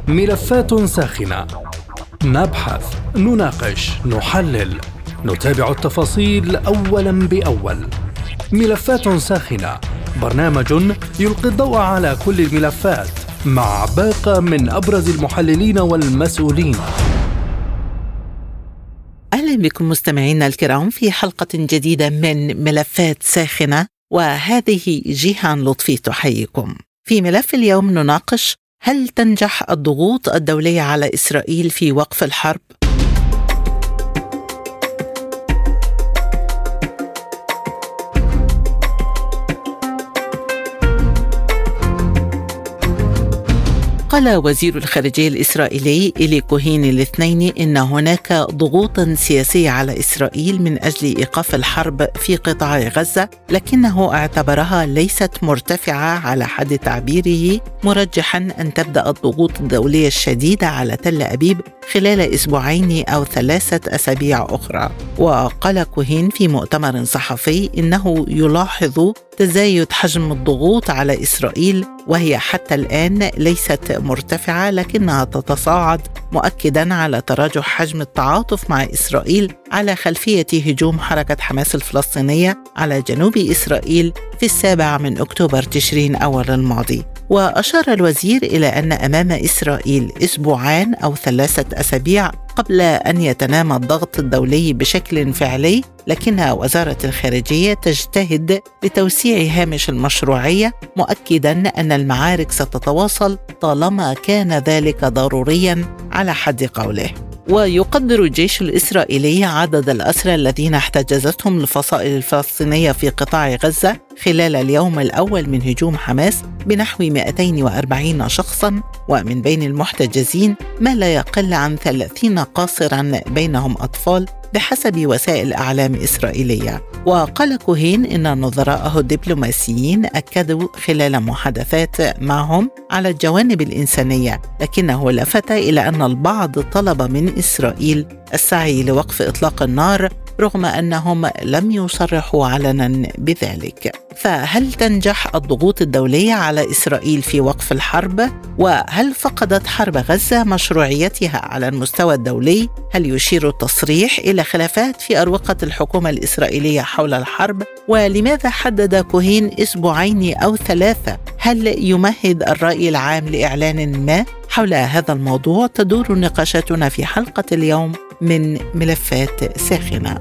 ملفات ساخنة، نبحث، نناقش، نحلل، نتابع التفاصيل أولاً بأول. ملفات ساخنة، برنامج يلقي الضوء على كل الملفات مع باقة من أبرز المحللين والمسؤولين. أهلا بكم مستمعينا الكرام في حلقة جديدة من ملفات ساخنة، وهذه جيهان لطفي تحييكم. في ملف اليوم نناقش: هل تنجح الضغوط الدولية على إسرائيل في وقف الحرب؟ قال وزير الخارجية الإسرائيلي إيلي كوهين الاثنين إن هناك ضغوطاً سياسية على إسرائيل من أجل إيقاف الحرب في قطاع غزة، لكنه اعتبرها ليست مرتفعة على حد تعبيره، مرجحاً أن تبدأ الضغوط الدولية الشديدة على تل أبيب خلال أسبوعين أو 3 أسابيع أخرى. وقال كوهين في مؤتمر صحفي إنه يلاحظ تزايد حجم الضغوط على إسرائيل، وهي حتى الآن ليست مرتفعة لكنها تتصاعد، مؤكداً على تراجع حجم التعاطف مع إسرائيل على خلفية هجوم حركة حماس الفلسطينية على جنوب إسرائيل في 7 أكتوبر تشرين أول الماضي. وأشار الوزير إلى أن أمام إسرائيل أسبوعان أو 3 أسابيع قبل أن يتنامى الضغط الدولي بشكل فعلي، لكن وزارة الخارجية تجتهد لتوسيع هامش المشروعية، مؤكداً أن المعارك ستتواصل طالما كان ذلك ضرورياً على حد قوله. ويقدر الجيش الإسرائيلي عدد الأسرى الذين احتجزتهم الفصائل الفلسطينية في قطاع غزة خلال اليوم الأول من هجوم حماس بنحو 240 شخصاً، ومن بين المحتجزين ما لا يقل عن 30 قاصراً بينهم أطفال بحسب وسائل أعلام إسرائيلية. وقال كوهين إن نظراءه الدبلوماسيين أكدوا خلال محادثات معهم على الجوانب الإنسانية، لكنه لفت إلى أن البعض طلب من إسرائيل السعي لوقف إطلاق النار رغم أنهم لم يصرحوا علنا بذلك. فهل تنجح الضغوط الدولية على إسرائيل في وقف الحرب؟ وهل فقدت حرب غزة مشروعيتها على المستوى الدولي؟ هل يشير التصريح إلى خلافات في أروقة الحكومة الإسرائيلية حول الحرب؟ ولماذا حدد كوهين أسبوعين أو 3؟ هل يمهد الرأي العام لإعلان ما؟ حول هذا الموضوع تدور نقاشاتنا في حلقة اليوم من ملفات ساخنة.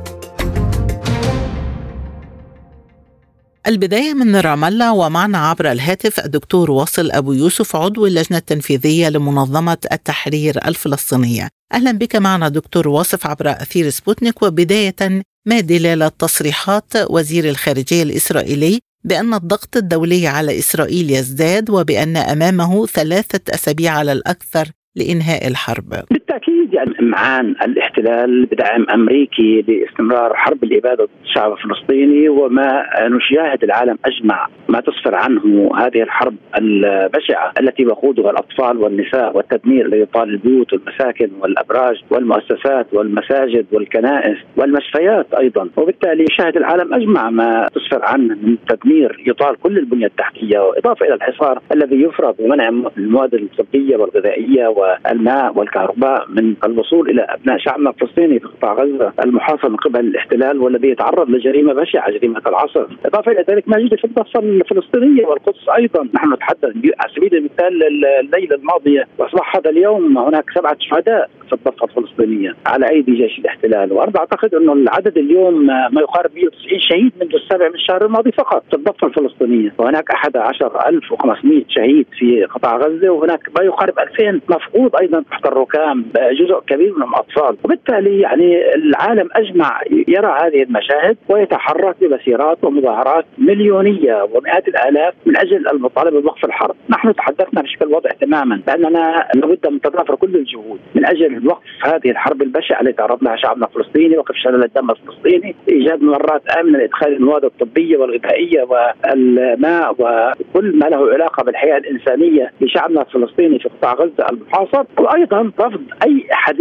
البداية من رام الله، ومعنا عبر الهاتف الدكتور واصل أبو يوسف، عضو اللجنة التنفيذية لمنظمة التحرير الفلسطينية. أهلا بك معنا دكتور واصف عبر أثير سبوتنيك. وبداية، ما دلالة تصريحات وزير الخارجية الإسرائيلي بأن الضغط الدولي على إسرائيل يزداد وبأن أمامه 3 أسابيع على الأكثر لإنهاء الحرب؟ بالتأكيد إمعان الاحتلال بدعم أمريكي لاستمرار حرب الإبادة ضد الشعب الفلسطيني، وما نشاهد العالم أجمع ما تسفر عنه هذه الحرب البشعة التي يخوضها الأطفال والنساء، والتدمير الذي يطال البيوت والمساكن والأبراج والمؤسسات والمساجد والكنائس والمشفيات أيضا. وبالتالي يشاهد العالم أجمع ما تسفر عنه من تدمير يطال كل البنية التحتية، وإضافة إلى الحصار الذي يفرض بمنع المواد الطبية والغذائية والماء والكهرباء من الوصول إلى أبناء شعبنا الفلسطيني في قطاع غزة المحاصر من قبل الاحتلال، والذي يتعرض لجريمة بشعة، جريمة العصر. إضافة إلى ذلك ما يجري في الضفة الفلسطينية والقدس أيضا. نحن نتحدث على سبيل المثال الليلة الماضية وأصبح هذا اليوم هناك 7 شهداء في الضفة الفلسطينية على أيدي جيش الاحتلال، وأنا أعتقد أنه العدد اليوم ما يقارب 190 شهيد منذ 7 من الشهر الماضي فقط في الضفة الفلسطينية، وهناك 11,500 شهيد في قطاع غزة، وهناك ما يقارب 2000 مفقود أيضا تحت الركام، جزء كبير منهم أطفال. وبالتالي يعني العالم أجمع يرى هذه المشاهد ويتحرك بمسيرات ومظاهرات مليونية ومئات الآلاف من أجل المطالبة بوقف الحرب. نحن تحدثنا بشكل واضح تماما بأننا لابد من تضافر كل الجهود من أجل وقف هذه الحرب البشعة التي تعرض لها شعبنا الفلسطيني، وقف شلل الدم الفلسطيني، إيجاد ممرات آمنة لإدخال المواد الطبية والغذائية والماء وكل ما له علاقة بالحياة الإنسانية لشعبنا الفلسطيني في قطاع غزة المحاصر، وأيضا رفض أي حديث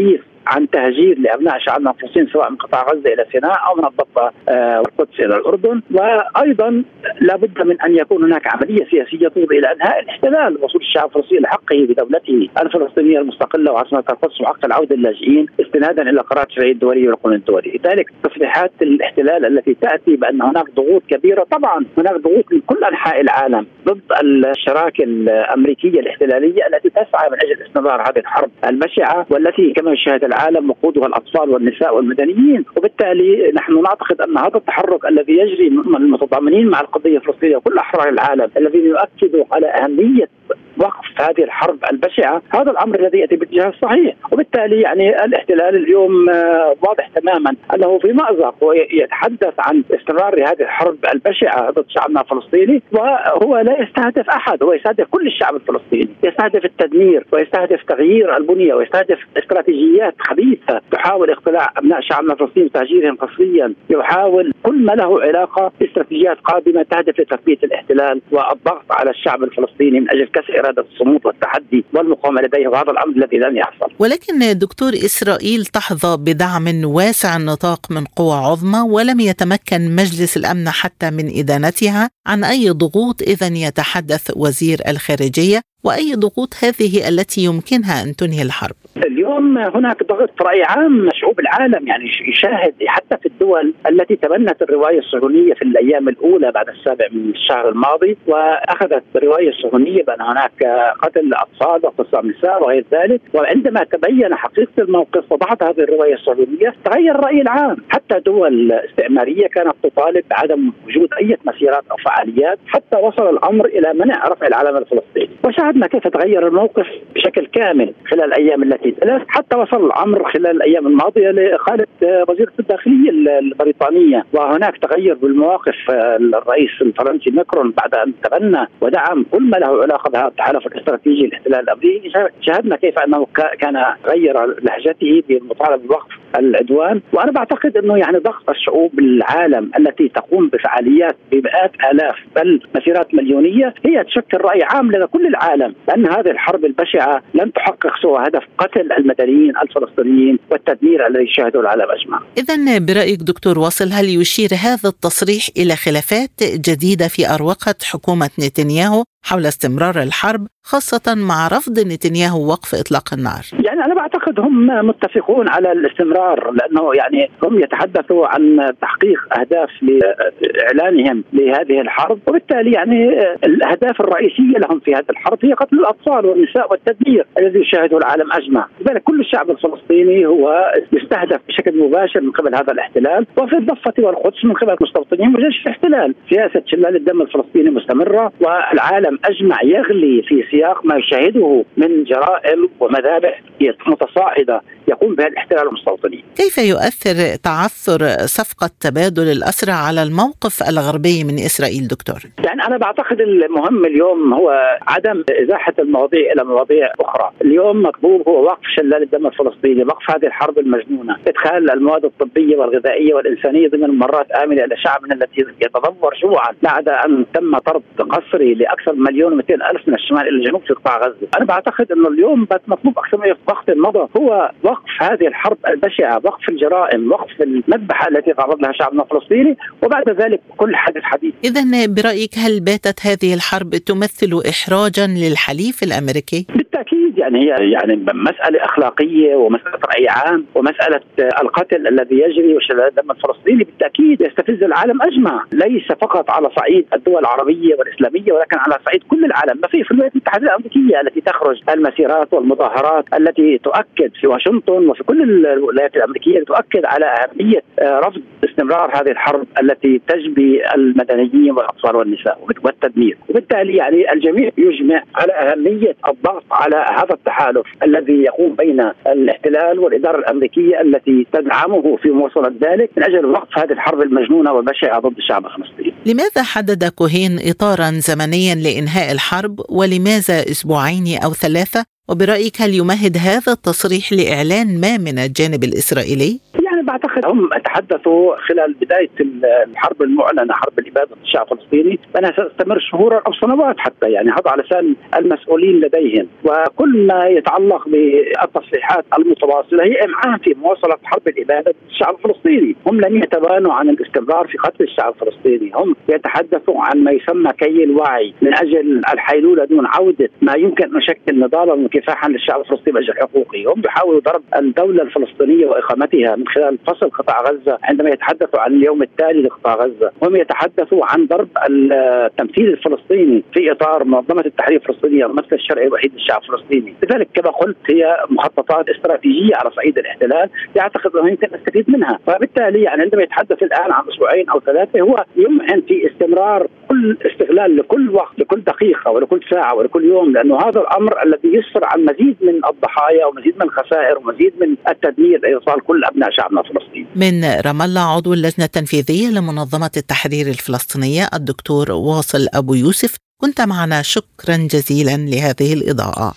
عن تهجير لأبناء شعبنا الفلسطيني سواء من قطاع غزة إلى سيناء أو من الضفة والقدس إلى الأردن. وأيضا لابد من أن يكون هناك عملية سياسية تفضي إلى إنهاء الاحتلال ووصول الشعب الفلسطيني لحقه بدولته الفلسطينية المستقلة وعاصمة القدس وحق العودة للاجئين استنادا إلى قرارات الشرعية الدولية والقانون الدولي. لذلك تصريحات الاحتلال التي تأتي بأن هناك ضغوط كبيرة، طبعا هناك ضغوط من كل أنحاء العالم ضد الشراكة الأمريكية الاحتلالية التي تسعى من أجل استمرار هذه الحرب البشعة والتي كما يشاهد العالم وقودها الأطفال والنساء والمدنيين. وبالتالي نحن نعتقد أن هذا التحرك الذي يجري من المتضامنين مع القضية الفلسطينية وكل أحرار العالم الذين يؤكدوا على أهمية وقف هذه الحرب البشعة، هذا الأمر الذي يأتي بالاتجاه الصحيح. وبالتالي يعني الاحتلال اليوم واضح تماما أنه في مأزق ويتحدث عن استمرار هذه الحرب البشعة ضد شعبنا الفلسطيني، وهو لا يستهدف أحد، هو يستهدف كل الشعب الفلسطيني، يستهدف التدمير ويستهدف تغيير البنية ويستهدف استراتيجيات خبيثة تحاول اقتلاع أبناء شعبنا الفلسطيني وتهجيرهم قسريا، يحاول كل ما له علاقة باستراتيجيات قادمة تهدف لتثبيت الاحتلال والضغط على الشعب الفلسطيني من أجل كسر إرادة الصمود والتحدي والمقاومة لديه، وهذا الأمر الذي لن يحصل. ولكن دكتور، إسرائيل تحظى بدعم واسع النطاق من قوى عظمى ولم يتمكن مجلس الأمن حتى من إدانتها عن أي ضغوط إذن يتحدث وزير الخارجية، وأي ضغوط هذه التي يمكنها أن تنهي الحرب؟ اليوم هناك ضغط رأي عام شعوب العالم، يعني يشاهد حتى في الدول التي تبنت الرواية الصهيونية في الأيام الأولى بعد 7 من الشهر الماضي، وأخذت الرواية الصهيونية بأن هناك قتل أطفال واغتصاب نساء وغير ذلك. وعندما تبين حقيقة الموقف وضعت هذه الرواية الصهيونية تغير الرأي العام. حتى دول استعمارية كانت تطالب بعدم وجود أي مسيرات أو فعاليات، حتى وصل الأمر إلى منع رفع العلم الفلسطيني. وشاهدنا كيف تغير الموقف بشكل كامل خلال الأيام التي تلت، حتى وصل الأمر خلال الأيام الماضية لإقالة وزيرة الداخلية البريطانية. وهناك تغير بالمواقف الرئيس الفرنسي ماكرون بعد أن تبنى ودعم كل ما له علاقة بهذا التحالف الاستراتيجي الاحتلال الأمريكي. شاهدنا كيف أنه كان غير لهجته بالمطالبة بوقف العدوان. وأنا بعتقد أنه يعني ضغط الشعوب العالم التي تقوم بفعاليات بمئات آلاف بل مسيرات مليونية هي تشكل رأي عام لدى كل العالم بأن هذه الحرب البشعة لن تحقق سوى هدف قتل المدنيين الفلسطينيين والتدمير الذي يشاهده العالم أجمع. إذن برأيك دكتور واصل، هل يشير هذا التصريح إلى خلافات جديدة في أروقة حكومة نتنياهو حول استمرار الحرب، خاصة مع رفض نتنياهو وقف إطلاق النار؟ يعني أنا بعتقد هم متفقون على الاستمرار، لأنه يعني هم يتحدثوا عن تحقيق أهداف لإعلانهم لهذه الحرب، وبالتالي يعني الأهداف الرئيسية لهم في هذه الحرب هي قتل الأطفال والنساء والتدمير الذي يشاهده العالم أجمع. لذلك كل الشعب الفلسطيني هو يستهدف بشكل مباشر من قبل هذا الاحتلال، وفي الضفة والقدس من قبل مستوطنين وجيش الاحتلال. سياسة شلال الدم الفلسطيني مستمرة، والعالم أجمع يغلي في سياق ما يشاهده من جرائم ومذابح متصاعدة يقوم بها الاحتلال المستوطنين. كيف يؤثر تعثر صفقة تبادل الأسرى على الموقف الغربي من إسرائيل دكتور؟ يعني أنا بعتقد المهم اليوم هو عدم إزاحة المواضيع إلى مواضيع أخرى. اليوم مطلوب هو وقف شلال الدم الفلسطيني، وقف هذه الحرب المجنونة، إدخال المواد الطبية والغذائية والإنسانية ضمن ممرات آمنة إلى شعبنا الذي يتضور جوعا بعد أن تم طرد قسري لأكثر من 1,200,000 من الشمال إلى الجنوب في قطاع غزة. أنا بعتقد أنه اليوم مطلوب أكثر من وقت مضى هو وقف هذه الحرب البشعة، وقف الجرائم، وقف المذبحة التي تعرض لها شعبنا الفلسطيني، وبعد ذلك كل حدث حديث. إذن برأيك هل باتت هذه الحرب تمثل إحراجا للحليف الأمريكي؟ بالتأكيد، يعني هي يعني مسألة أخلاقية ومسألة رأي عام، ومسألة القتل الذي يجري وشلال الدم الفلسطيني بالتأكيد يستفز العالم أجمع، ليس فقط على صعيد الدول العربية والإسلامية ولكن على صعيد كل العالم. ما في الولايات المتحدة الأمريكية التي تخرج المسيرات والمظاهرات التي تؤكد في واشنطن وفي كل الولايات الأمريكية تؤكد على أهمية رفض استمرار هذه الحرب التي تجبي المدنيين والأطفال والنساء والتدمير. وبالتالي يعني الجميع يجمع على أهمية الضغط على هذا التحالف الذي يقوم بين الاحتلال والإدارة الأمريكية التي تدعمه في مواصلة ذلك من أجل وقف هذه الحرب المجنونة والبشعة ضد الشعب الفلسطيني. لماذا حدد كوهين إطارا زمنيا لإنهاء الحرب، ولماذا 2 أو 3؟ وبرأيك هل يمهد هذا التصريح لإعلان ما من الجانب الإسرائيلي؟ يعني أنا بعتقد هم تحدثوا خلال بداية الحرب المعلنة، حرب الإبادة الشعب الفلسطيني، بأنها ستستمر شهورا أو سنوات حتى، يعني هذا على لسان المسؤولين لديهم. وكل ما يتعلق بالتصريحات المتواصلة هي إمعان في مواصلة حرب الإبادة الشعب الفلسطيني. هم لم يتبانوا عن الاستمرار في قتل الشعب الفلسطيني، هم يتحدثوا عن ما يسمى كي الوعي من أجل الحيلولة دون عودة ما يمكن أن يشكل نضالا وكفاحا للشعب الفلسطيني من أجل حقوقه. هم بيحاولوا ضرب الدولة الفلسطينية وإقامتها من خلال فصل قطاع غزة عندما يتحدثوا عن اليوم التالي لقطاع غزة. هم يتحدثوا عن ضرب التمثيل الفلسطيني في إطار منظمة التحرير الفلسطينية، الممثل الشرعي الوحيد للشعب الفلسطيني. لذلك كما قلت هي مخططات استراتيجية على صعيد الاحتلال يعتقد أنه يمكن نستفيد منها. فبالتالي يعني عندما يتحدث الآن عن أسبوعين أو ثلاثة هو يمعن في استمرار كل استغلال لكل وقت، لكل دقيقة ولكل ساعة ولكل يوم، لأنه هذا الأمر الذي يسر عن مزيد من الضحايا ومزيد من الخسائر ومزيد من التدمير لإيصال كل أبناء شعبنا الفلسطيني. من رام الله عضو اللجنة التنفيذية لمنظمة التحرير الفلسطينية الدكتور واصل أبو يوسف، كنت معنا، شكرا جزيلا لهذه الإضاءة.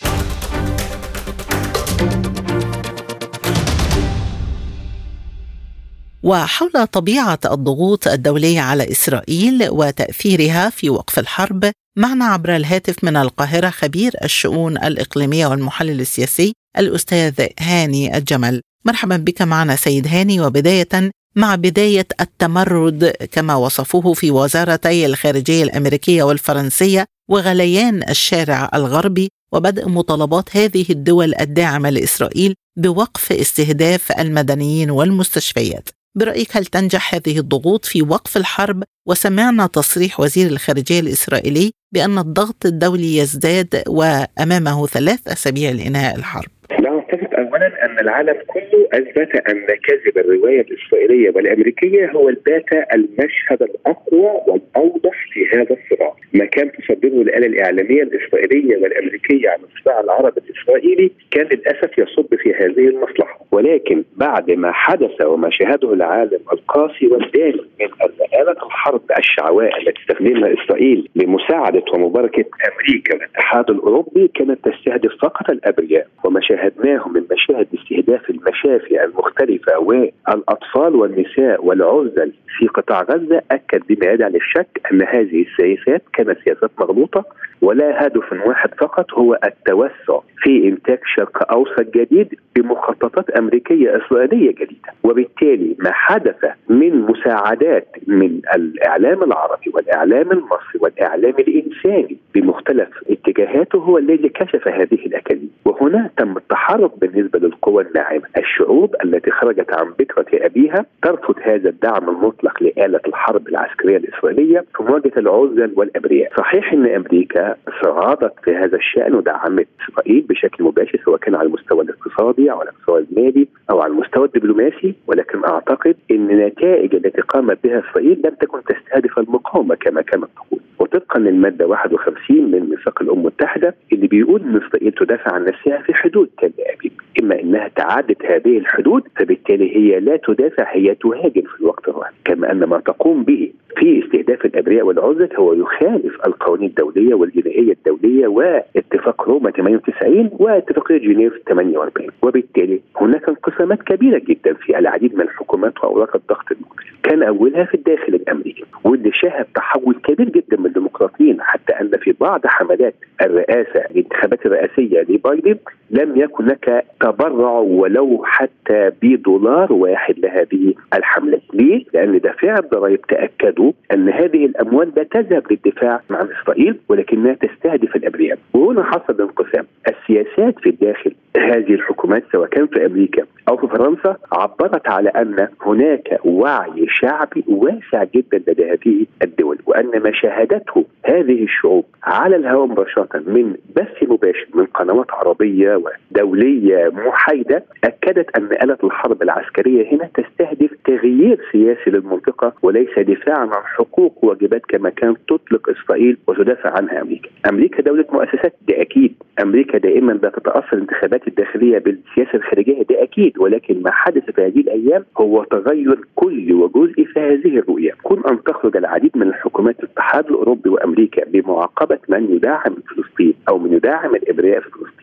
وحول طبيعة الضغوط الدولية على إسرائيل وتأثيرها في وقف الحرب، معنا عبر الهاتف من القاهرة خبير الشؤون الإقليمية والمحلل السياسي الأستاذ هاني الجمل. مرحبا بك معنا سيد هاني. وبداية مع بداية التمرد كما وصفوه في وزارتي الخارجية الأمريكية والفرنسية وغليان الشارع الغربي وبدء مطالبات هذه الدول الداعمة لإسرائيل بوقف استهداف المدنيين والمستشفيات، برأيك هل تنجح هذه الضغوط في وقف الحرب؟ وسمعنا تصريح وزير الخارجية الإسرائيلي بأن الضغط الدولي يزداد وأمامه 3 أسابيع لإنهاء الحرب. أعتقد أولا أن العالم كله أثبت أن كذب الرواية الإسرائيلية والأمريكية هو البات المشهد الأقوى والأوضح في هذا الصراع. ما كان تصدره الآلة الإعلامية الإسرائيلية والأمريكية عن الصراع العربي الإسرائيلي كان للأسف يصب في هذه المصلحة، ولكن بعد ما حدث وما شاهده العالم القاسي والدامي من آلة الحرب الشعواء التي تستخدمها إسرائيل لمساعدة ومباركة أمريكا والاتحاد الأوروبي كانت تستهدف فقط الأبرياء، وما شاهدناه من مشاهد استهداف المشافي المختلفة والأطفال والنساء والعزل في قطاع غزة أكد بما يدعي للشك أن هذه السياسات كانت سياسات مغلوطة ولا هدف واحد فقط هو التوسع في إنتاج شرق أوسط جديد بمخططات أمريكية إسرائيلية جديدة. وبالتالي ما حدث من مساعدات من الإعلام العربي والإعلام المصري والإعلام الإنساني بمختلف اتجاهاته هو الذي كشف هذه الأكاذيب. وهنا تم التحرك بالنسبة للقوى الناعمة، الشعوب التي خرجت عن بكرة أبيها ترفض هذا الدعم المطلق لآلة الحرب العسكرية الإسرائيلية في مواجهة العزل والأبرياء. صحيح أن أمريكا صعدت في هذا الشأن ودعمت إسرائيل بشكل مباشر سواء كان على المستوى الاقتصادي أو على المستوى المالي أو على المستوى الدبلوماسي، ولكن أعتقد أن النتائج التي قامت بها إسرائيل لم تكن تستهدف المقاومة كما كانت تقول. وطبقا للمادة 51 من ميثاق الأمم المتحدة اللي بيقول أن إسرائيل تدافع عن نفسها في حدود تل أبيب، إما أنها تعدت هذه الحدود فبالتالي هي لا تدافع، هي تهاجم في الوقت الراهن، كما أن ما تقوم به في استهداف الأبرياء والعزل هو يخالف القوانين الدولية والجنائية الدولية واتفاق روما 98 واتفاقية جنيف 48. وبالتالي هناك انقسامات كبيرة جدا في العديد من الحكومات وأوراق الضغط المختلف، كان أولها في الداخل الأمريكي واللي شاهد تحول كبير جدا من الديمقراطيين، حتى أن في بعض حملات الرئاسة الانتخابات الرئاسية لبايدن لم يكن لك تبرع ولو حتى بدولار واحد لهذه الحملة. ليه؟ لأن دافعي الضرائب تأكدوا أن هذه الأموال لا تذهب للدفاع عن إسرائيل ولكنها تستهدف الأبرياء. وهنا حصل انقسام. السياسات في الداخل هذه الحكومات سواء كان في أمريكا أو في فرنسا عبرت على أن هناك وعي شعبي واسع جدا لدى هذه الدول، وأن ما شاهدته هذه الشعوب على الهواء مباشرة من بث مباشر من قنوات عربية ودولية محايدة أكدت أن آلة الحرب العسكرية هنا تستهدف تغيير سياسي للمنطقة وليس دفاعا عن حقوق وواجبات كما كانت تطلق إسرائيل وتدافع عنها أمريكا. أمريكا دولة مؤسسات، ده أكيد. أمريكا دائما لا تتأثر الانتخابات الداخلية بالسياسة الخارجية، ده أكيد. ولكن ما حدث في هذه الأيام هو تغير كلي وجزئي في هذه الرؤية. كون أن تخرج العديد من الحكومات الاتحاد الأوروبي وأمريكا بمعاقبة من يدعم فلسطين أو من يدعم الإبرياء في فلسطين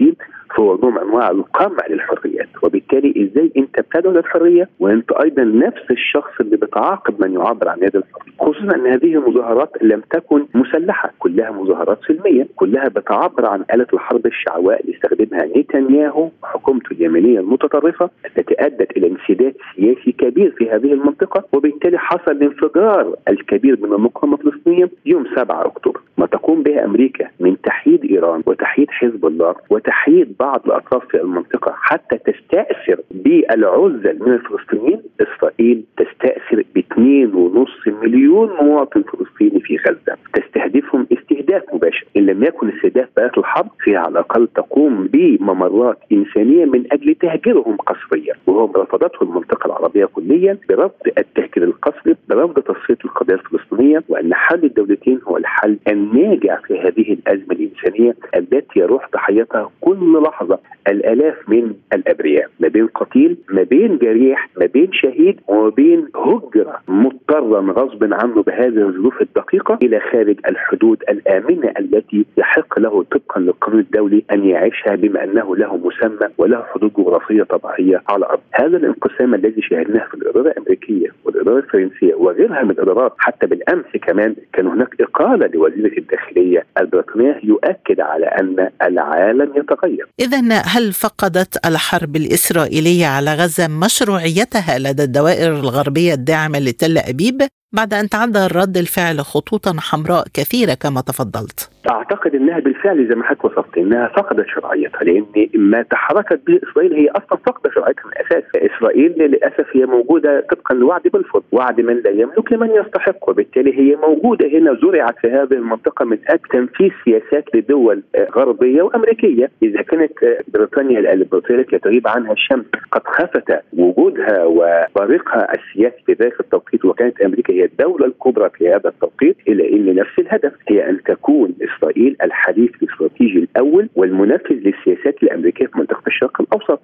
هو نوع من انواع القمع للحريات. وبالتالي ازاي انت بتدعو للحريه وانت ايضا نفس الشخص اللي بتعاقب من يعبر عن هذه الحريه؟ خصوصا ان هذه المظاهرات لم تكن مسلحه، كلها مظاهرات سلميه، كلها بتعبر عن آلة الحرب الشعواء اللي استخدمها نتنياهو وحكومته اليمنيه المتطرفه التي ادت الى انسداد سياسي كبير في هذه المنطقه. وبالتالي حصل الانفجار الكبير من المقاومه الفلسطينيه يوم 7 اكتوبر. ما تقوم به امريكا من تحييد ايران وتحييد حزب الله وتحييد بعض الاطراف في المنطقه حتى تستأثر بالعزل من الفلسطينيين، اسرائيل تستأثر ب2.5 مليون مواطن فلسطيني في غزه، تستهدفهم استهداف مباشر. ان لم يكن استهداف بآلة الحرب فيها على الاقل تقوم بممرات انسانيه من اجل تهجيرهم قسريا، وهو رفضته المنطقه العربيه كليا برفض التهجير القسري، برفض تصفيه القضيه الفلسطينيه، وان حل الدولتين هو الحل الناجع في هذه الازمه الانسانيه التي يروح ضحيتها كل لحظه الالاف من الابرياء، ما بين قتيل، ما بين جريح، ما بين شهيد، وما بين هجره مضطرا غصب عنه بهذه الظروف الدقيقه الى خارج الحدود الامنه التي يحق له طبقا للقانون الدولي ان يعيشها بما انه له مسمى وله حدود جغرافيه طبيعيه على الارض. هذا الانقسام الذي شاهدناه في الاداره الامريكيه والاداره الفرنسيه وغيرها من الادارات، حتى بالامس كمان كان هناك اقاله لوزيره الداخليه البريطانيه يؤكد على ان العالم يتغير. إذن هل فقدت الحرب الإسرائيلية على غزة مشروعيتها لدى الدوائر الغربية الداعمة لتل أبيب بعد أن تعدى رد الفعل خطوطا حمراء كثيرة كما تفضلت؟ أعتقد أنها بالفعل زي ما حضرتك وصفت أنها فقدت شرعيتها، لأن ما تحركت به إسرائيل هي أصلا فقدت شرعيتها من الأساس. إسرائيل للأسف هي موجودة طبقا لوعد بلفور، وعد من لا يملك لمن يستحق، وبالتالي هي موجودة هنا، زرعت في هذه المنطقة من أجل تنفيذ سياسات لدول غربية وأمريكية. إذا كانت بريطانيا الإمبراطورية التي تغيب عنها الشمس قد خفت وجودها وطريقها السياسي في ذلك التوقيت، وكانت أمريكا هي الدولة الكبرى في هذا التوقيت، إلى أن نفس الهدف هي أن تكون إسرائيل الحليف الاستراتيجي الأول والمنفذ للسياسات الأمريكية في منطقة الشرق الأوسط.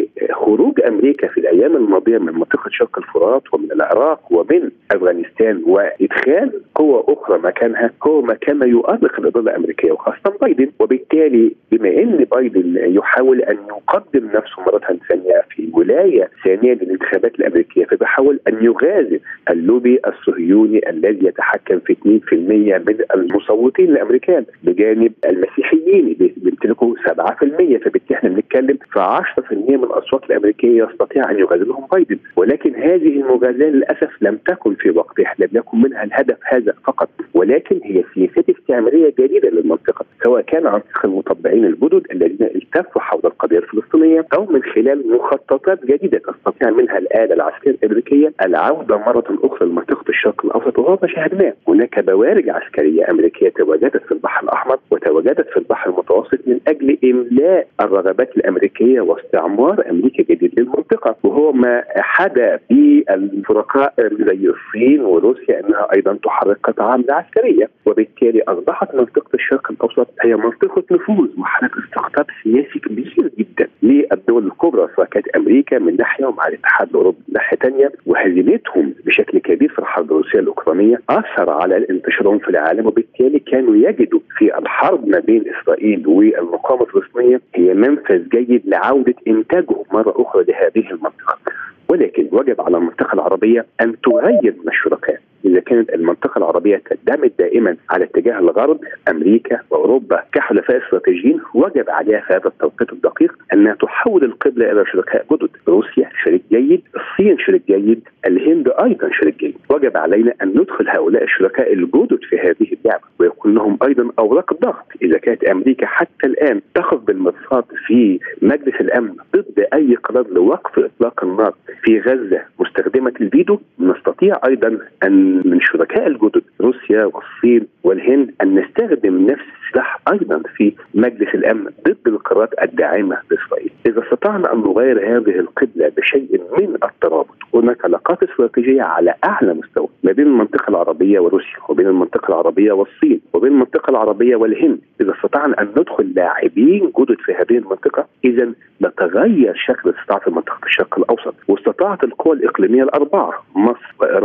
وخروج أمريكا في الأيام الماضية من منطقة شرق الفرات ومن العراق ومن أفغانستان وإدخال قوة أخرى مكانها هو ما كان يؤرق الإدارة الأمريكية وخاصة بايدن. وبالتالي بما أن بايدن يحاول أن يقدم نفسه مرة ثانية في ولاية ثانية للانتخابات الأمريكية، فبيحاول أن يغازل اللوبي الصهيوني الذي يتحكم في 2% من المصوتين الامريكان بجانب المسيحيين اللي بيمتلكوا 7%، فبالتالي احنا بنتكلم في 10% من الاصوات الامريكيه يستطيع ان يغازلهم بايدن. ولكن هذه المغازله للاسف لم تكن في وقتها، لم يكن منها الهدف هذا فقط، ولكن هي سياسات استعماريه جديده للمنطقه، سواء كان عن طريق المطبعين الجدد الذين التفوا حول القضيه الفلسطينيه او من خلال مخططات جديده تستطيع منها الاله العسكريه الامريكيه العوده مره اخرى لمنطقه الشرق الاوسط. وهو ما شاهدناه، هناك بوارج عسكريه امريكيه تواجدت في البحر الاحمر وتواجدت في البحر المتوسط من اجل املاء الرغبات الامريكيه واستعمار امريكا جديد للمنطقه. وهو ما حدا بالفرقاء زي الصين وروسيا انها ايضا تحرك قطاع عمله عسكريه، وبالتالي اصبحت منطقه الشرق الاوسط هي منطقه نفوذ وحركه استقطاب سياسي كبير جدا للدول الكبرى، سواء كانت امريكا من ناحيه ومع الاتحاد الاوروبي من ناحيه ثانيه. وهزيمتهم بشكل كبير في الحرب الروسيه الاوكرانيه اثر على انتشارهم في العالم، وبالتالي كانوا يجدوا في الحرب ما بين اسرائيل والمقاومه الفلسطينيه هي منفذ جيد لعوده انتاجهم مره اخرى لهذه المنطقه. ولكن وجب على المنطقه العربيه ان تغير من الشركاء. إذا كانت المنطقة العربية تعتمد دائما على اتجاه الغرب أمريكا وأوروبا كحلفاء استراتيجيين، وجب عليها في هذا التوقيت الدقيق أنها تحول القبلة إلى شركاء جدد. روسيا شريك جيد، الصين شريك جيد، الهند أيضا شريك جيد. وجب علينا أن ندخل هؤلاء الشركاء الجدد في هذه اللعبة ويكون لهم أيضا أوراق الضغط. إذا كانت أمريكا حتى الآن تقف بالمرصاد في مجلس الأمن ضد أي قرار لوقف إطلاق النار في غزة مستخدمة الفيتو، نستطيع أيضا أن من شركاء الجدد روسيا والصين والهند أن نستخدم نفس السلاح أيضا في مجلس الأمن ضد القرارات الداعمة لإسرائيل. إذا استطعنا أن نغير هذه القبلة بشيء من الترابط، هناك علاقات استراتيجية على أعلى مستوى ما بين المنطقة العربية وروسيا وبين المنطقة العربية والصين وبين المنطقة العربية والهند. إذا استطعنا أن ندخل لاعبين جدد في هذه المنطقة، إذا نتغير شكل الاستطاعة في منطقة الشرق الأوسط. واستطاعت القوى الإقليمية الأربعة مصر وإيران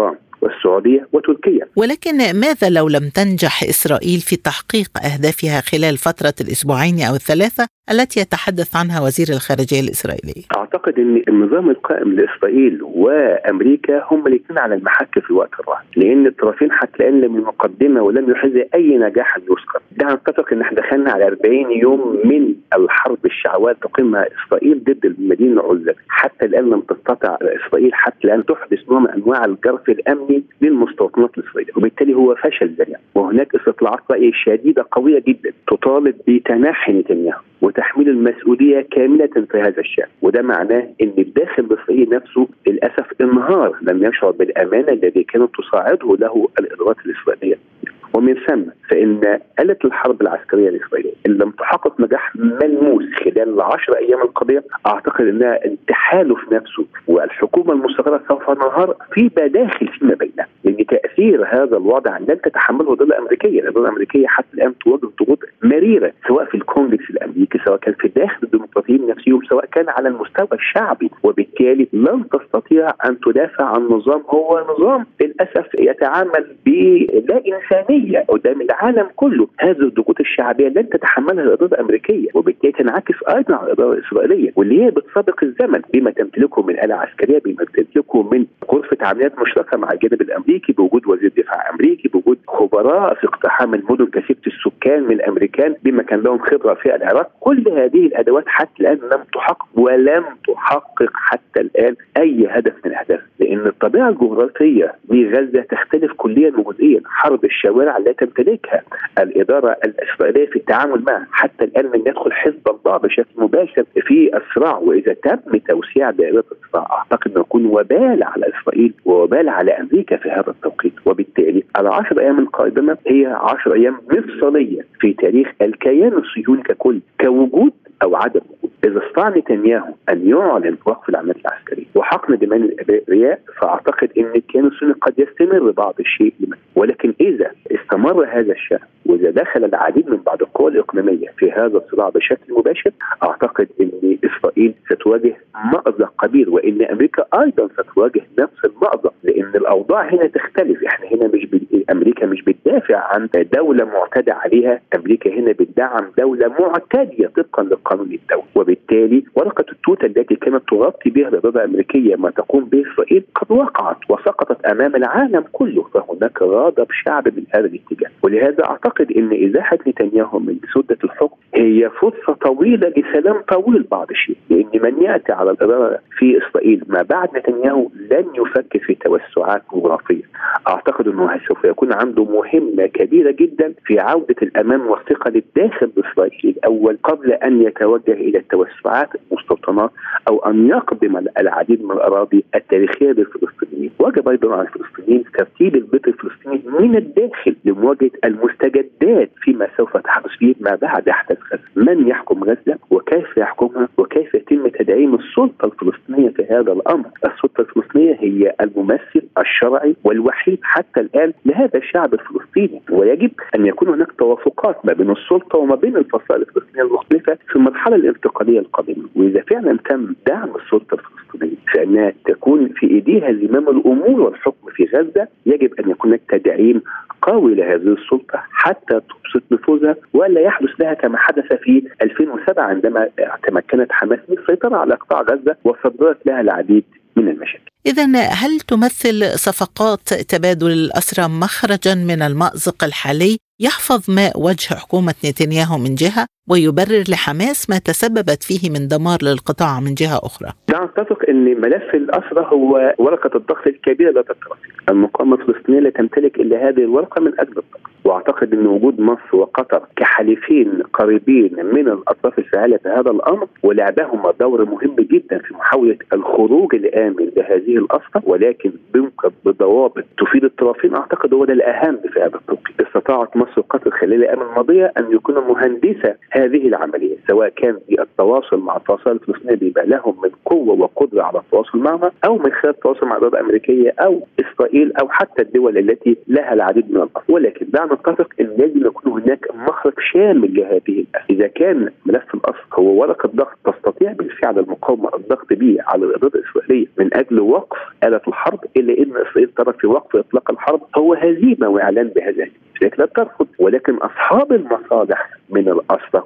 والسعودية وتركيا. ولكن ماذا لو لم تنجح إسرائيل في تحقيق أهدافها خلال فترة الأسبوعين أو الثلاثة التي يتحدث عنها وزير الخارجية الإسرائيلي؟ أعتقد أن النظام القائم لإسرائيل وأمريكا هم الاثنين على المحك في وقت الراحة، لأن الطرفين حتى الآن لم يقدموا ولم يحرزوا أي نجاح يذكر. ده نتفق أن احنا دخلنا على 40 يوم من الحرب الشعواء تقيمها إسرائيل ضد المدينة عزة. حتى الآن لم تستطع إسرائيل حتى الآن تحدث نوع من أنواع الجرف الأمني للمستوطنات الإسرائيلية، وبالتالي هو فشل ذريع. وهناك استطلاعات رأي شديدة قوية جدا تطالب بتنحي نتنياهو وتحميل المسؤولية كاملة في هذا الشأن، وده معناه أن الداخل الإسرائيلي نفسه للأسف انهار، لم يشعر بالأمانة الذي كانت تصاعده له الإدارات الإسرائيلية. ومن ثم فإن آلة الحرب العسكرية الإسرائيلية إن لم تحقق نجاح ملموس خلال 10 أيام القضية، أعتقد أنها التحالف نفسه والحكومة المستقرة سوف تنهار في مداخل فيما بينها، لأن تأثير هذا الوضع لن تتحمله الدولة الأمريكية. الدولة الأمريكية حتى الآن تواجه ضغوط مريرة سواء في الكونغرس الأمريكي، سواء كان في داخل الديمقراطيين نفسهم، سواء كان على المستوى الشعبي، وبالتالي لن تستطيع أن تدافع عن نظام هو نظام للأسف يتعامل بلا إنسانية قدام العالم كله. هذه الضغوط الشعبية لن تتحملها الإدارة الأمريكية، وبالتالي تنعكس أيضا على الإدارة الإسرائيلية واللي هي بتسابق الزمن بما تمتلكه من آلة عسكرية، بما تمتلكه من غرفة عمليات مشتركة مع الجانب الأمريكي، بوجود وزير دفاع أمريكي، بوجود خبراء في اقتحام المدن كثيرة السكان من الأمريكان بما كان لهم خبرة في العراق. كل هذه الأدوات حتى الآن لم تحقق ولم تحقق حتى الآن أي هدف من الأهداف، لأن الطبيعة الجغرافية لغزة تختلف كليا وجزئيا. حرب الشوارع لا تمتلكها الإدارة الإسرائيلية في التعامل معها. حتى الآن لم يدخل حزب الله بشكل مباشر في الصراع، وإذا تم توسيع دائرة الصراع أعتقد أنه يكون وبال على إسرائيل ووبال على أمريكا في هذا التوقيت. وبالتالي ال10 أيام القادمة هي 10 أيام مفصلية في تاريخ الكيان الصهيوني ككل، كوجود أو عدم وجود. إذا استطاع نتنياهو أن يعلن وقف العمليات العسكرية وحقن دماء الأبرياء، فأعتقد أن الكيان الصهيوني قد يستمر بعض الشيء لمن. ولكن إذا استمر هذا الشأن وإذا دخل العديد من بعض القوى الإقليمية في هذا الصراع بشكل مباشر، أعتقد أن إسرائيل ستواجه مأزق كبير، وإن أمريكا أيضا ستواجه نفس المأزق، لأن الأوضاع هنا تختلف. إحنا هنا أمريكا مش بتدافع عن دولة معتدى عليها، أمريكا هنا بتدعم دولة معتدية طبقا للقانون الدولي. وبالتالي ورقة التوتة التي كانت تغطي بها الإدارة الأمريكية ما تقوم به إسرائيل قد وقعت وسقطت أمام العالم كله، فهناك غضب شعبي من هذا الاتجاه. ولهذا أعتقد أن إزاحة نتنياهو من سدة الحكم هي فرصة طويلة لسلام طويل بعض الشيء، لأن من يأتي على الإدارة في إسرائيل ما بعد نتنياهو لن يفكر في توسعات جغرافية. أعتقد أنه سوف يكون عنده مهمة كبيرة جدا في عودة الأمان والثقة للداخل الإسرائيلي الأول قبل أن يتوجه إلى التوسعات المستوطنات أو أن يقدم العديد من الأراضي التاريخية للفلسطينيين. وجب أيضا على الفلسطينيين ترتيب البيت الفلسطيني من الداخل لمواجهة المستجدات فيما سوف تحدث فيه ما بعد أحداث غزة. من يحكم غزة وكيف يحكمها وكيف يتم تدعيم السلطة الفلسطينية في هذا الأمر. السلطة الفلسطينية هي الممثل الشرعي والوحيد حتى الآن لهذا الشعب الفلسطيني، ويجب أن يكون هناك توافقات ما بين السلطة وما بين الفصائل الفلسطينية المختلفة في المرحلة الانتقالية القادمة. وإذا فعلا تم دعم السلطة الفلسطينية فإنها تكون في إيديها زمام الأمور والحكم في غزة، يجب أن يكون هناك تدعيم قوي لهذه السلطة حتى تبسط نفوذها ولا يحدث لها كما حدث في 2007 عندما تمكنت حماس من السيطرة على قطاع غزة وصدرت لها العديد من المشاكل. إذن هل تمثل صفقات تبادل الأسرى مخرجا من المأزق الحالي يحفظ ماء وجه حكومة نتنياهو من جهة ويبرر لحماس ما تسببت فيه من دمار للقطاع من جهة أخرى؟ نتفق أن ملف الأسرى هو ورقة الضغط الكبيرة لا تترك. المقاومة الفلسطينية لا تمتلك إلا هذه الورقة من أجل الضغط. وأعتقد أن وجود مصر وقطر كحليفين قريبين من الأطراف الفاعلة في هذا الأمر ولعبهما دور مهم جدا في محاولة الخروج الآمن لهذه الأسرى، ولكن بضوابط تفيد الطرفين. أعتقد هو ده الأهم في هذا التوقيت. استطاعت مصر وقطر خلال الأيام الماضية أن يكون مهندسة هذه العملية، سواء كان بالتواصل مع الفصائل الفلسطينية بيبقى لهم من قوة وقدرة على التواصل معها، أو من خلال التواصل مع الإدارة الأمريكية أو إسرائيل أو حتى الدول التي لها العديد من الأطراف. ولكن دعنا نتفق أن لازم يكون هناك مخرج شامل لهذه الأزمة. إذا كان ملف الأسرى هو ورقة ضغط تستطيع بالفعل المقاومة الضغط به على الإدارة الإسرائيلية من أجل وقف آلة الحرب، إلا أن إسرائيل ترى في وقف إطلاق الحرب هو هزيمة وإعلان بهزيمة. لا ترفض، ولكن أصحاب المصالح من الأسرى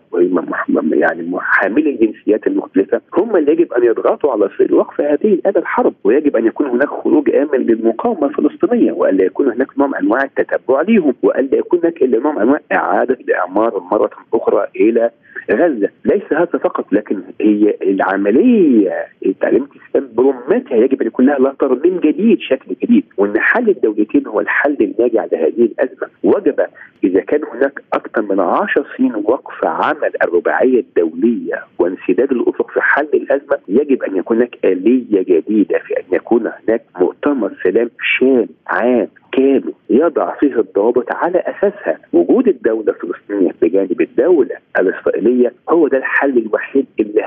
يعني حاملي الجنسيات المختلفة هم اللي يجب أن يضغطوا على إسرائيل وقف هذه الآلة الحرب، ويجب أن يكون هناك خروج آمن للمقاومة الفلسطينية، وألا يكون هناك نوع من أنواع التتبع ليهم، وألا يكون هناك إلا نوع من أنواع إعادة الإعمار مرة أخرى إلى غزة. ليس هذا فقط، لكن هي العملية تعليمات الإسلام برمتها يجب أن يكون لها لطر من جديد، شكل جديد، وأن حل الدولتين هو الحل الناجع لهذه الأزمة. وجب إذا كان هناك أكثر من 10 سنين وقف عمل الرباعية الدولية وانسداد الأفق في حل الأزمة، يجب أن يكون هناك آلية جديدة في أن يكون هناك مؤتمر سلام شامل عام كامل يضع فيه الضوابط على أساسها وجود الدولة الفلسطينية بجانب الدولة الإسرائيلية. هو ده الحل الوحيد اللي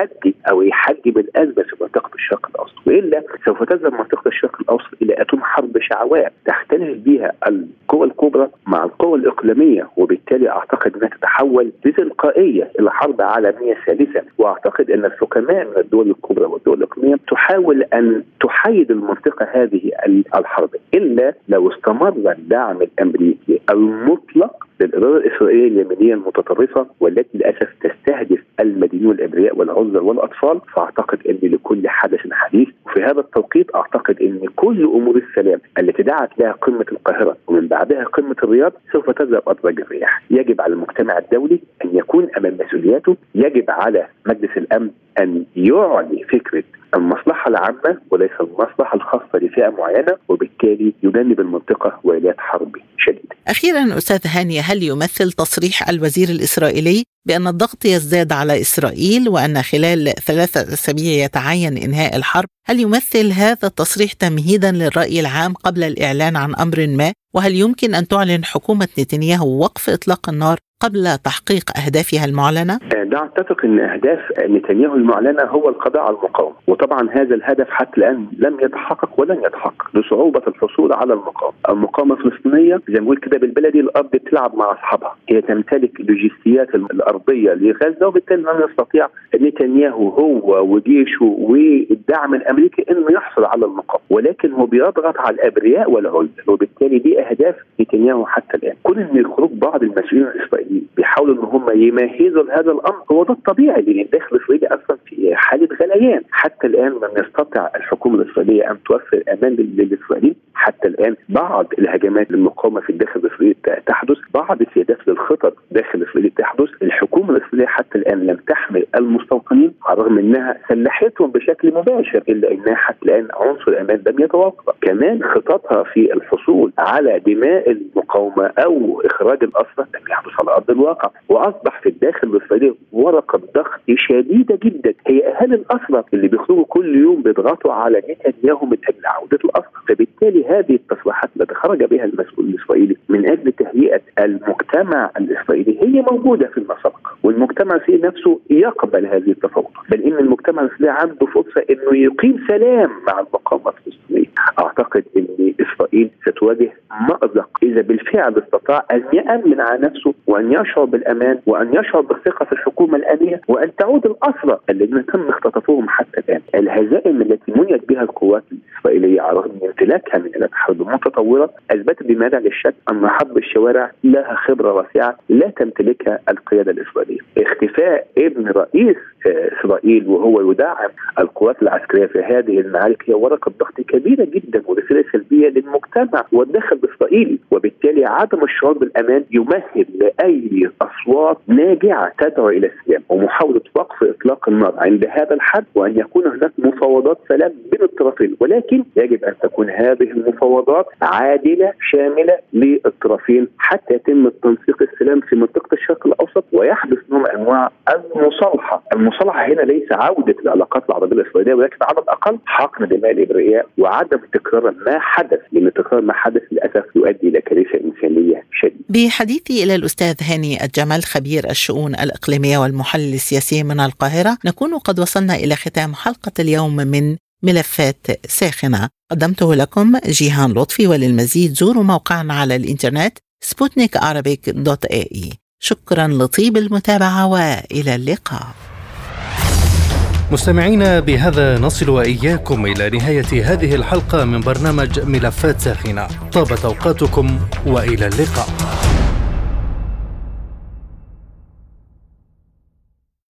هيحجم الأزمة في منطقة الشرق الأوسط، وإلا سوف تذهب منطقة الشرق الأوسط إلى أتون حرب شعواء تختلف بها القوى الكبرى مع القوى الإقليمية، وبالتالي أعتقد أنها تتحول بتلقائية إلى حرب عالمية ثالثة. وأعتقد أن الحكماء من الدول الكبرى والدول الإقليمية تحاول أن تحيد المنطقة هذه الحرب، إلا لو استمر الدعم الأمريكي المطلق للإدارة الإسرائيلية اليمينية المتطرفة والتي للأسف تستهدف المدنيين والأبرياء والعزل والأطفال. فأعتقد أن لكل حدث حديث، وفي هذا التوقيت أعتقد أن كل أمور السلام التي دعت لها قمة القاهرة ومن بعدها قمة الرياض سوف تذهب أدراج الرياح. يجب على المجتمع الدولي أن يكون أمام مسؤولياته، يجب على مجلس الأمن أن يعلي فكرة المصلحة العامة وليس المصلحة الخاصة لفئة معينة، وبالتالي يجنب المنطقة ويلات حرب شديدة. أخيرا أستاذ هاني، هل يمثل تصريح الوزير الإسرائيلي بأن الضغط يزداد على إسرائيل وأن خلال 3 أسابيع يتعين إنهاء الحرب، هل يمثل هذا التصريح تمهيدا للرأي العام قبل الإعلان عن أمر ما؟ وهل يمكن أن تعلن حكومة نتنياهو وقف إطلاق النار قبل تحقيق أهدافها المعلنة؟ ده أتفق أن أهداف نتنياهو المعلنة هو القضاء على المقاومة، وطبعا هذا الهدف حتى الآن لم يتحقق ولن يتحقق لصعوبة الحصول على المقاومة الفلسطينية. زي ما بقول كده بالبلدي، الأرض بتلعب مع أصحابها، هي تمتلك لوجستيات الأرضية لغزة، وبالتالي لن يستطيع نتنياهو هو وجيشه والدعم الأمريكي أنه يحصل على المقاومة، ولكن هو بيضغط على الأبرياء والعزل، وبالتالي دي أهداف نتنياهو حتى الآن. كل أن خروج بعض المسؤولين الإسرائيليين بيحاولوا ان هم يمهزوا لهذا الامر، هو ده الطبيعي، لان الداخل الاسرائيلي اصلا في حاله غليان. حتى الان لم يستطع الحكومه الاسرائيليه ان توفر امان للاسرائيليين. حتى الان بعض الهجمات للمقاومه في الداخل الاسرائيلي تحدث، بعض السيادات للخطط داخل الاسرائيلي تحدث. الحكومه الاسرائيليه حتى الان لم تحمل المستوطنين على الرغم انها سلحتهم بشكل مباشر، الا انها حتى الان عنصر الامان لم يتوقف. كمان خططها في الحصول على دماء المقاومه او اخراج الاسرى لم يحدث على ارض الواقع، واصبح في الداخل الاسرائيلي ورقه ضغط شديده جدا. هي اهالي الاسرى اللي بيخرجوا كل يوم بيضغطوا على نتنياهو من اجل عوده الاسرى، فبالتالي هذه التصريحات التي خرج بها المسؤول الاسرائيلي من اجل تهيئه المجتمع الاسرائيلي هي موجوده في المسابقه، والمجتمع في نفسه يقبل هذه التفاوض، بل ان المجتمع الاسرائيلي عنده فرصه انه يقيم سلام مع المقاومه الفلسطينيه. اعتقد ان اسرائيل ستواجه مأزق اذا بالفعل استطاع ان يامن على نفسه وأن يشعر بالأمان وأن يشعر بالثقة في الحكومة الآنية، وأن تعود الأسرى الذين تم اختطافهم حتى الآن. الهزائم التي منيت بها القوات الإسرائيلية على رغم امتلاكها من آلات حرب متطورة أثبتت بما لا شك أن حرب الشوارع لها خبرة واسعة لا تمتلكها القيادة الإسرائيلية. اختفاء ابن رئيس إسرائيل وهو يدعم القوات العسكرية في هذه المعارك هي ورقة ضغط كبيرة جدا ورسالة سلبية للمجتمع والداخل الإسرائيلي، وبالتالي عدم الشعور بالأمان يمهد لأي أصوات ناجعة تدعو إلى السلام ومحاولة وقف إطلاق النار عند هذا الحد، وأن يكون هناك مفاوضات سلام بين الطرفين. ولكن يجب أن تكون هذه المفاوضات عادلة شاملة للطرفين حتى يتم تنسيق السلام في منطقة الشرق الأوسط ويحدث نوع من أنواع المصالحة. المصالحة هنا ليس عودة العلاقات العربية الإسرائيلية، ولكن على الأقل حقن دماء الإبرياء وعدم تكرار ما حدث، لأن تكرار ما حدث للأسف يؤدي إلى كارثة إنسانية شديدة. بحديثي إلى الأستاذ هاني الجمل خبير الشؤون الإقليمية والمحلل السياسي من القاهرة، نكون قد وصلنا إلى ختام حلقة اليوم من ملفات ساخنة. قدمته لكم جيهان لطفي، وللمزيد زوروا موقعنا على الإنترنت sputnikarabic.ae. شكرا لطيب المتابعة وإلى اللقاء. مستمعينا، بهذا نصل وإياكم إلى نهاية هذه الحلقة من برنامج ملفات ساخنة. طابت أوقاتكم وإلى اللقاء.